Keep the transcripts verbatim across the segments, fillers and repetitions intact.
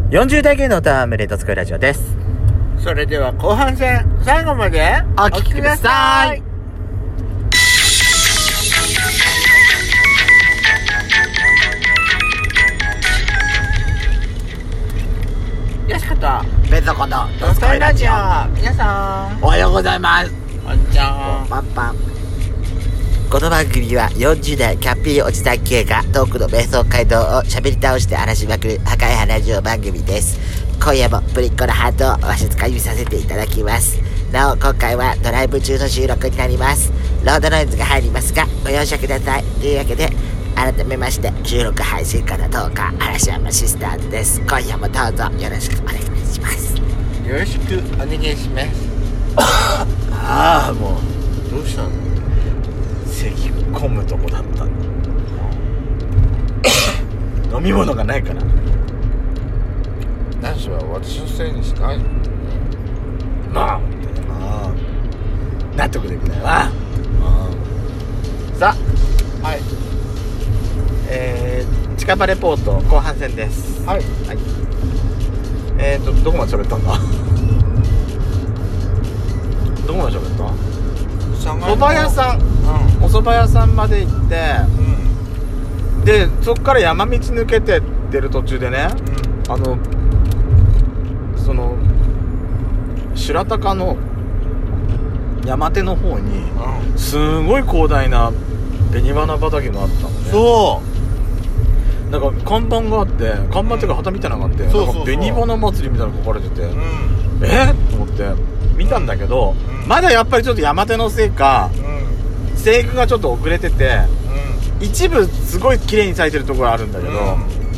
よんじゅう代芸能タームレッドスカイラジオです。 それでは後半戦最後までお聞きください。 よしことベゾコのドスカイラジオ、皆さんおはようございます。 こんにちは。 パンパン。この番組はよんじゅう代キャッピーおじさん系がトークの瞑想街道を喋り倒して荒らしまくる破壊派ラジオ番組です。今夜もぶりっ子のハートをわしづかみさせていただきます。なお今回はドライブ中の収録になります。ロードノイズが入りますがご容赦ください。というわけで改めまして収録配信からとおか嵐山シスターズです。今夜もどうぞよろしくお願いします。 よろしくお願いします。 ああもうどうしたの？ 咳込むとこだった飲み物がないから。 何それは私のせいにしないの？ まああ納得できないわ。さあはいえー、近場レポート後半戦です。 はい、 はい、えーとどこまで喋ったんだどこまで喋った？蕎麦屋さん、うん、お蕎麦屋さんまで行って、うん、でそっから山道抜けてってる途中でね、うん、あのその白鷹の山手の方に、うん、すごい広大な紅花畑があったのね。そうなんか看板があって看板っていうか旗みたいなのがあって、うん、なんか紅花祭りみたいなの書かれてて、うん、えっと思って見たんだけど、うん、まだやっぱりちょっと山手のせいか、うん、生育がちょっと遅れてて、うん、一部すごい綺麗に咲いてるところがあるんだけど、うん、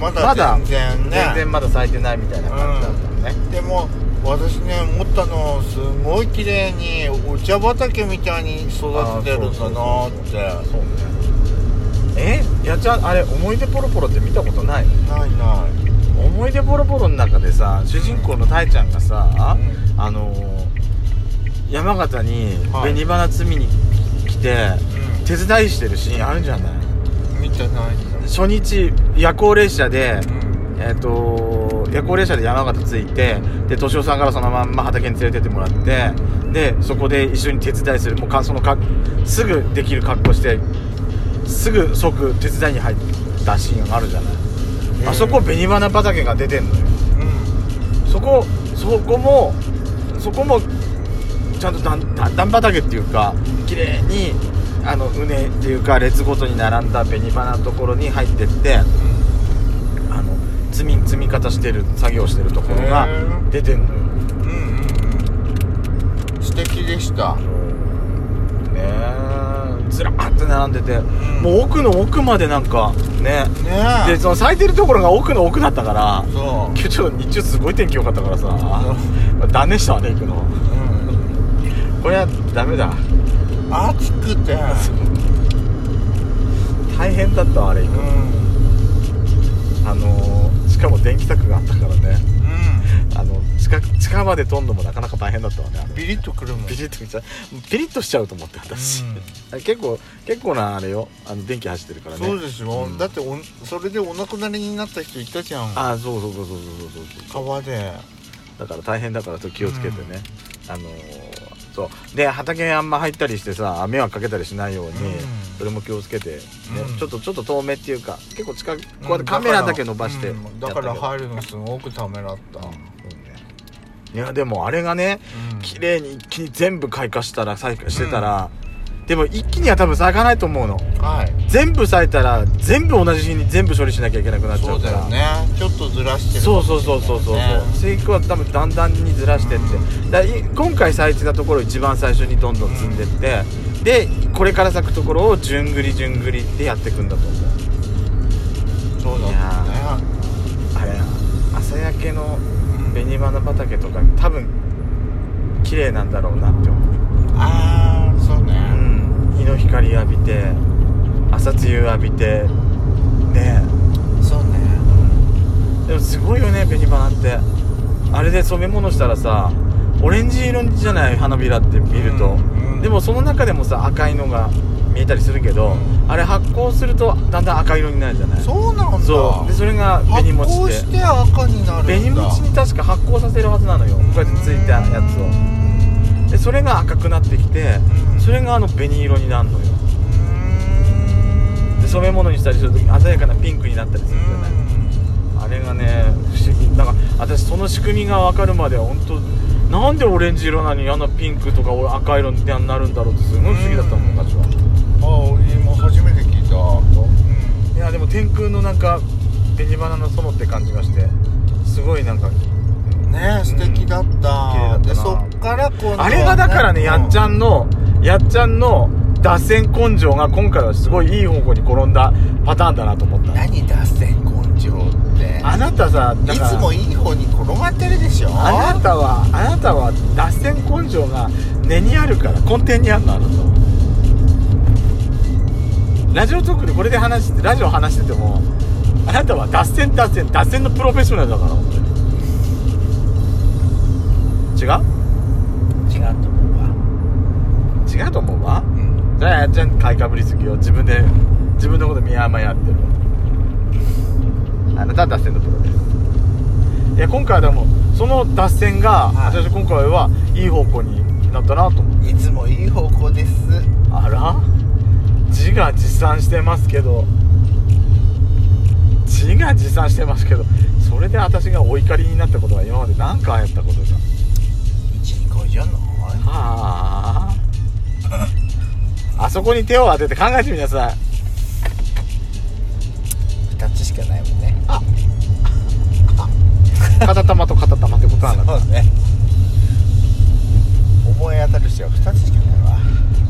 まだ全然ね全然まだ咲いてないみたいな感じだったのね、うん、 でも私ね思ったのすごい綺麗にお茶畑みたいに育ててるかなって。 そうね。えやっちゃんあれ思い出ポロポロって見たことない？ ないない。 思い出ポロポロの中でさ主人公のタイちゃんがさ、うん、あのー、山形に紅花摘みに来て、はい、手伝いしてるシーンあるんじゃない？ 見てない。 初日夜行列車で、うん、えっ、ー、と夜行列車で山形着いてで敏夫さんからそのまんま畑に連れてってもらってでそこで一緒に手伝いするもうかそのかすぐできる格好してすぐ即手伝いに入ったシーンがあるじゃない。あそこ紅花畑が出てんのよ、うん、そこそこもそこもちゃんと段々畑っていうか綺麗にあの畝っていうか列ごとに並んだ紅花のところに入ってって、うん、あの積み積み方してる作業してるところが出てんのよ。うんうんうん。素敵でしたねえ。ずらーって並んでて、うん、もう奥の奥までなんかねねでその咲いてるところが奥の奥だったからそう今日ちょっと日中すごい天気良かったからさ断念したわね行くの、うん、これはダメだ暑くて大変だったわあれ行くの、うん、あのー、しかも電気柵があったからね、うん、あの近, 近場で飛んのもなかなか大変だったわね。 ビリッとくるもん。 ビリッときちゃうピリッとしちゃうと思って私、うん、結構結構なあれよあの電気走ってるからね。 そうですよ、うん、だっておそれでお亡くなりになった人いたじゃん。 ああそうそうそうそうそうそう川でだから大変だから気をつけてね、うん、あのー、そうで畑あんま入ったりしてさ迷惑かけたりしないように、うん、それも気をつけて、ねうん、ちょっとちょっと遠目っていうか結構近くこうやってカメラだけ伸ばして、うん、 だから入るのすごくためらった、うん、 いやでもあれがね、うん、綺麗に一気に全部開花したら開花してたら、うん、でも一気には多分咲かないと思うの、はい、全部咲いたら全部同じ日に全部処理しなきゃいけなくなっちゃうから。 そうだよねちょっとずらしてる、ね、 そうそうそうそうそう生育は多分だんだんにずらしてって、うん、だ今回咲いてたところを一番最初にどんどん積んでって、うん、でこれから咲くところを順繰り順繰りってやっていくんだと思う。 そうだねあれ朝焼けの紅花畑とか多分綺麗なんだろうなって思う。 ああそうね、 うん、日の光浴びて朝露浴びてね。 そうね。 でもすごいよね紅花ってあれで染め物したらさオレンジ色じゃない花びらって見ると、うんうん、でもその中でもさ赤いのが見見えたりするけど、うん、あれ発酵するとだんだん赤色になるじゃない。 そうなんだ。 そうでそれが紅餅で発酵して赤になるんだ。 紅餅に確か発酵させるはずなのよ、こうやってついたやつを。でそれが赤くなってきて、うん、それがあの紅色になるのよ。で染め物にしたりすると鮮やかなピンクになったりするんじゃない。あれがね不思議。だから私その仕組みが分かるまでは本当なんでオレンジ色なのにあのピンクとか赤色になるんだろうってすごい不思議だったもん昔は。 ああ俺今初めて聞いた、 うん、いやでも天空のなんか紅花の園って感じがしてすごいなんかね素敵だった、うん、でそっから今度は、ね、 あれがだからね、うん、やっちゃんのやっちゃんの脱線根性が今回はすごいいい方向に転んだパターンだなと思った。 何脱線根性ってあなたさいつもいい方に転がってるでしょ。 あなたはあなたは脱線根性が根にあるから根底にあるの。あなたはラジオトークでこれで話してラジオ話しててもあなたは脱線脱線脱線のプロフェッショナルだから本当に違う違うと思うわ。 違うと思うわ、うん、じゃあやっちゃん買いかぶりすぎよ。自分で自分のこと見誤やってる。あなたは脱線のプロです。いや今回はでもその脱線が、はい、私今回はいい方向になったなと思う。 いつもいい方向です。 あら自画自賛してますけど自画自賛してますけどそれで私がお怒りになったことは今まで何回やったことかいち、にかいじゃない。 はああそこに手を当てて考えてみなさい。 ふたつしかないもんね。あ片玉と片玉ってことなんだ。 そうね。思い当たる人はふたつしかないわ。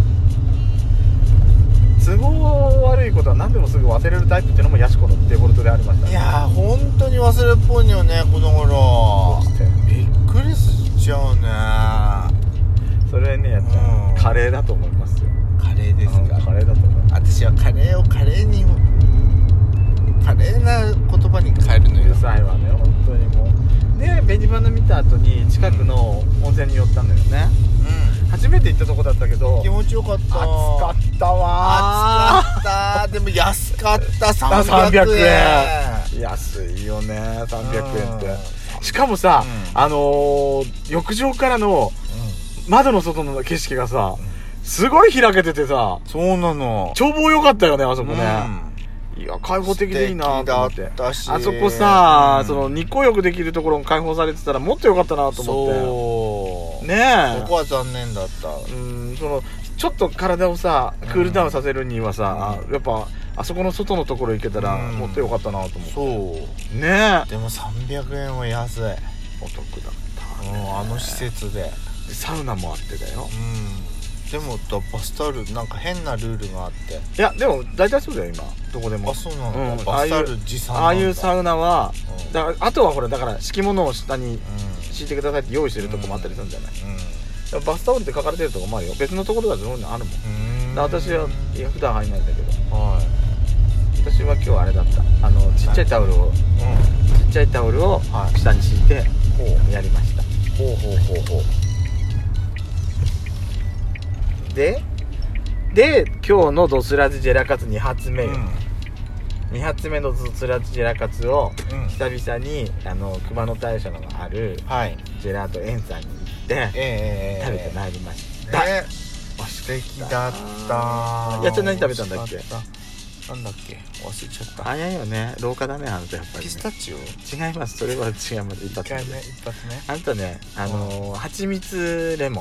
都合悪いことは何でもすぐ忘れるタイプっていうのもヤシコのデフォルトでありました、ね、 いやー本当に忘れっぽいよねこの頃。びっくりしちゃうね。 それねやっちゃん、うん、カレーだと思いますよ。 カレーですか、 うん、カレーだと思う。 私はカレーをカレーにカレーな言葉に変えるのよ。 うるさいわね本当にもう。で紅花見た後に近くの温泉に寄ったんだよね、うん、初めて行ったとこだったけど気持ちよかった。暑かったわ。 暑かったでも安かったさんびゃくえん。 安いよねさんびゃくえんって。しかもさ、うん、あのー、浴場からの窓の外の景色がさ、うん、すごい開けててさ。 そうなの。 眺望良かったよねあそこね、うん、いや開放的でいいなと思って。あそこさ、うん、その日光浴できるところが開放されてたらもっと良かったなと思って。そうねえそこは残念だった。 うんそのちょっと体をさクールダウンさせるにはさ、うん、やっぱあそこの外のところ行けたらもっと良かったなと思って、 そうねえでもさんびゃくえんは安い。 お得だった、 ね、あの施設でサウナもあってだよ。 うんでもバスタオルなんか変なルールがあって。いやでも大体そうだよ今どこでも。 あそうなの、 うん、 バスタオル持参なんだ。 ああいうサウナは、うん、だからあとはこれだから敷物を下に敷いてくださいって用意してるとこもあったりするんじゃない、うんうん、バスタオルって書かれてるとこもあるよ。別のところだとそういうのあるもん。ん私はいや普段入んないんだけど、はい、私は今日あれだったあのちっちゃいタオルを、うん、ちっちゃいタオルを下に敷いて、はい、やりました。 ほうほうほうほう。 でで今日のドスラジジェラカツに発目よ、うん、に発目のドスラジジェラカツを、うん、久々にあの熊野大社のがある、はい、ジェラート園さんに行って、えー、食べてまいりました、 えー、素敵だった。 やっちゃん何食べたんだっけ。 なんだっけ忘れちゃった。 早いよね廊下だねあなたやっぱり、ね、 ピスタチオ違います。それは違います。一発目一発目あなたねあのー、蜂蜜レモン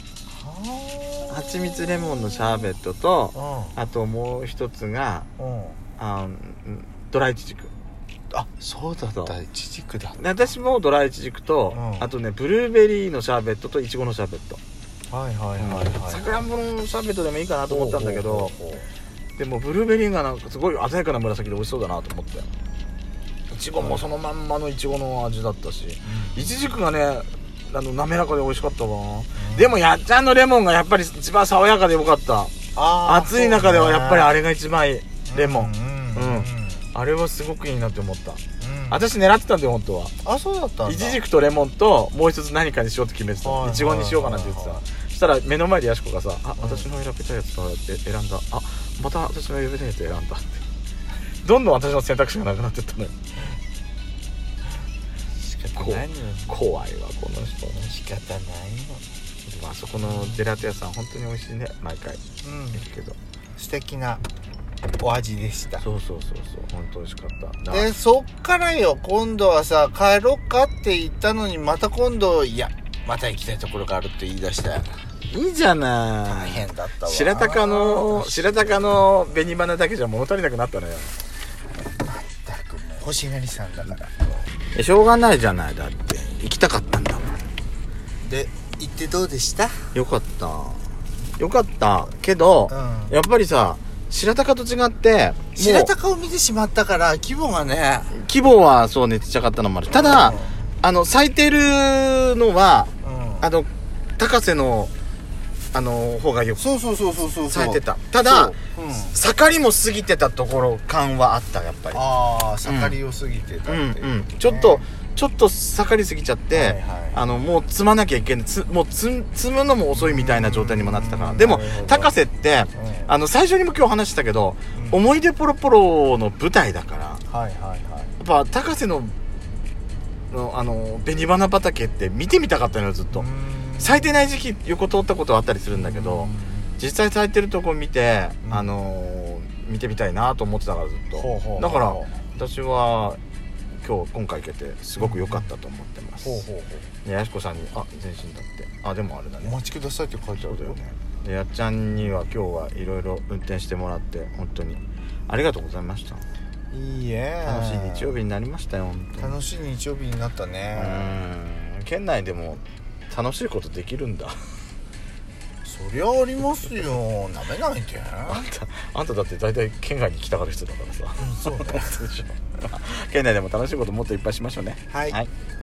蜂蜜レモンのシャーベットと、うん、あともう一つが、うん、あドライイチジク。 あそうだったイチジクだ。 私もドライイチジクと、うん、あとねブルーベリーのシャーベットとイチゴのシャーベット。 はいはいはいはい。 さくらんぼのシャーベットでもいいかなと思ったんだけど、でもブルーベリーがなんかすごい鮮やかな紫で美味しそうだなと思って。イチゴもそのまんまのイチゴの味だったし、イチジクがねあの滑らかで美味しかったわ、うん、でもやっちゃんのレモンがやっぱり一番爽やかでよかった。暑い中ではやっぱりあれが一番いいレモン、うん、うんうん、あれはすごくいいなって思った、うん、私狙ってたんだよ本当は。 あそうだったんだ。 イチジクとレモンともう一つ何かにしようって決めてた。イチゴにしようかなって言ってた。そしたら目の前でヤシコがさあ、うん、私の選びたいやつって選んだ。あまた私の指で選んだってどんどん私の選択肢がなくなってったのよ。 仕方ないのよ。 怖いわこの人。 仕方ないの。 でもあそこのジェラート屋さん本当に美味しいね毎回。 うんいいけど素敵なお味でした。 そうそうそうそう本当美味しかった。 でそっからよ今度はさ帰ろっかって言ったのにまた今度いやまた行きたいところがあるって言い出して。 いいじゃない大変だったわ。 白鷹の白鷹の紅花だけじゃ物足りなくなったのよ。 全くもう欲しがりさんだからえしょうがないじゃない。だって行きたかったんだもん。 で行ってどうでした？ よかったよかったけど、うん、やっぱりさ白鷹と違って白鷹を見てしまったから規模がね規模はそうねちっちゃかったのもある。ただ、うん、あの咲いてるのは、うん、あの高瀬のあの方がよくそうそうそうそうそう咲いてた。ただ、うん、盛りも過ぎてたところ感はあったやっぱり。 ああ盛りを過ぎてたっていう、ね、うんうん、 ちょっとちょっと盛りすぎちゃって、はいはい、あのもう積まなきゃいけないつもうつ積むのも遅いみたいな状態にもなってたから。でも高瀬って、うん、あの最初にも今日話したけど、うん、思い出ポロポロの舞台だから、はいはいはい、やっぱ高瀬ののあの紅花畑って見てみたかったのよずっと。咲いてない時期横通ったことはあったりするんだけど、実際咲いてるとこ見て、うん、あのー、見てみたいなと思ってたからずっと。ほうほうほう。だから私は今日今回行けてすごく良かったと思ってます。ほうほうほう。でやしこさんにあ全身だってあでもあれだね。 お待ちくださいって書いてあるよね。 でやっちゃんには今日はいろいろ運転してもらって本当にありがとうございました。 いいえ楽しい日曜日になりましたよ本当に。 楽しい日曜日になったね。 うん県内でも楽しいことできるんだ。 そりゃありますよ。なめないで。 あんたあんただって大体県外に来たがる人だからさ、 うん、そうね県内でも楽しいこともっといっぱいしましょうね。 はい、はい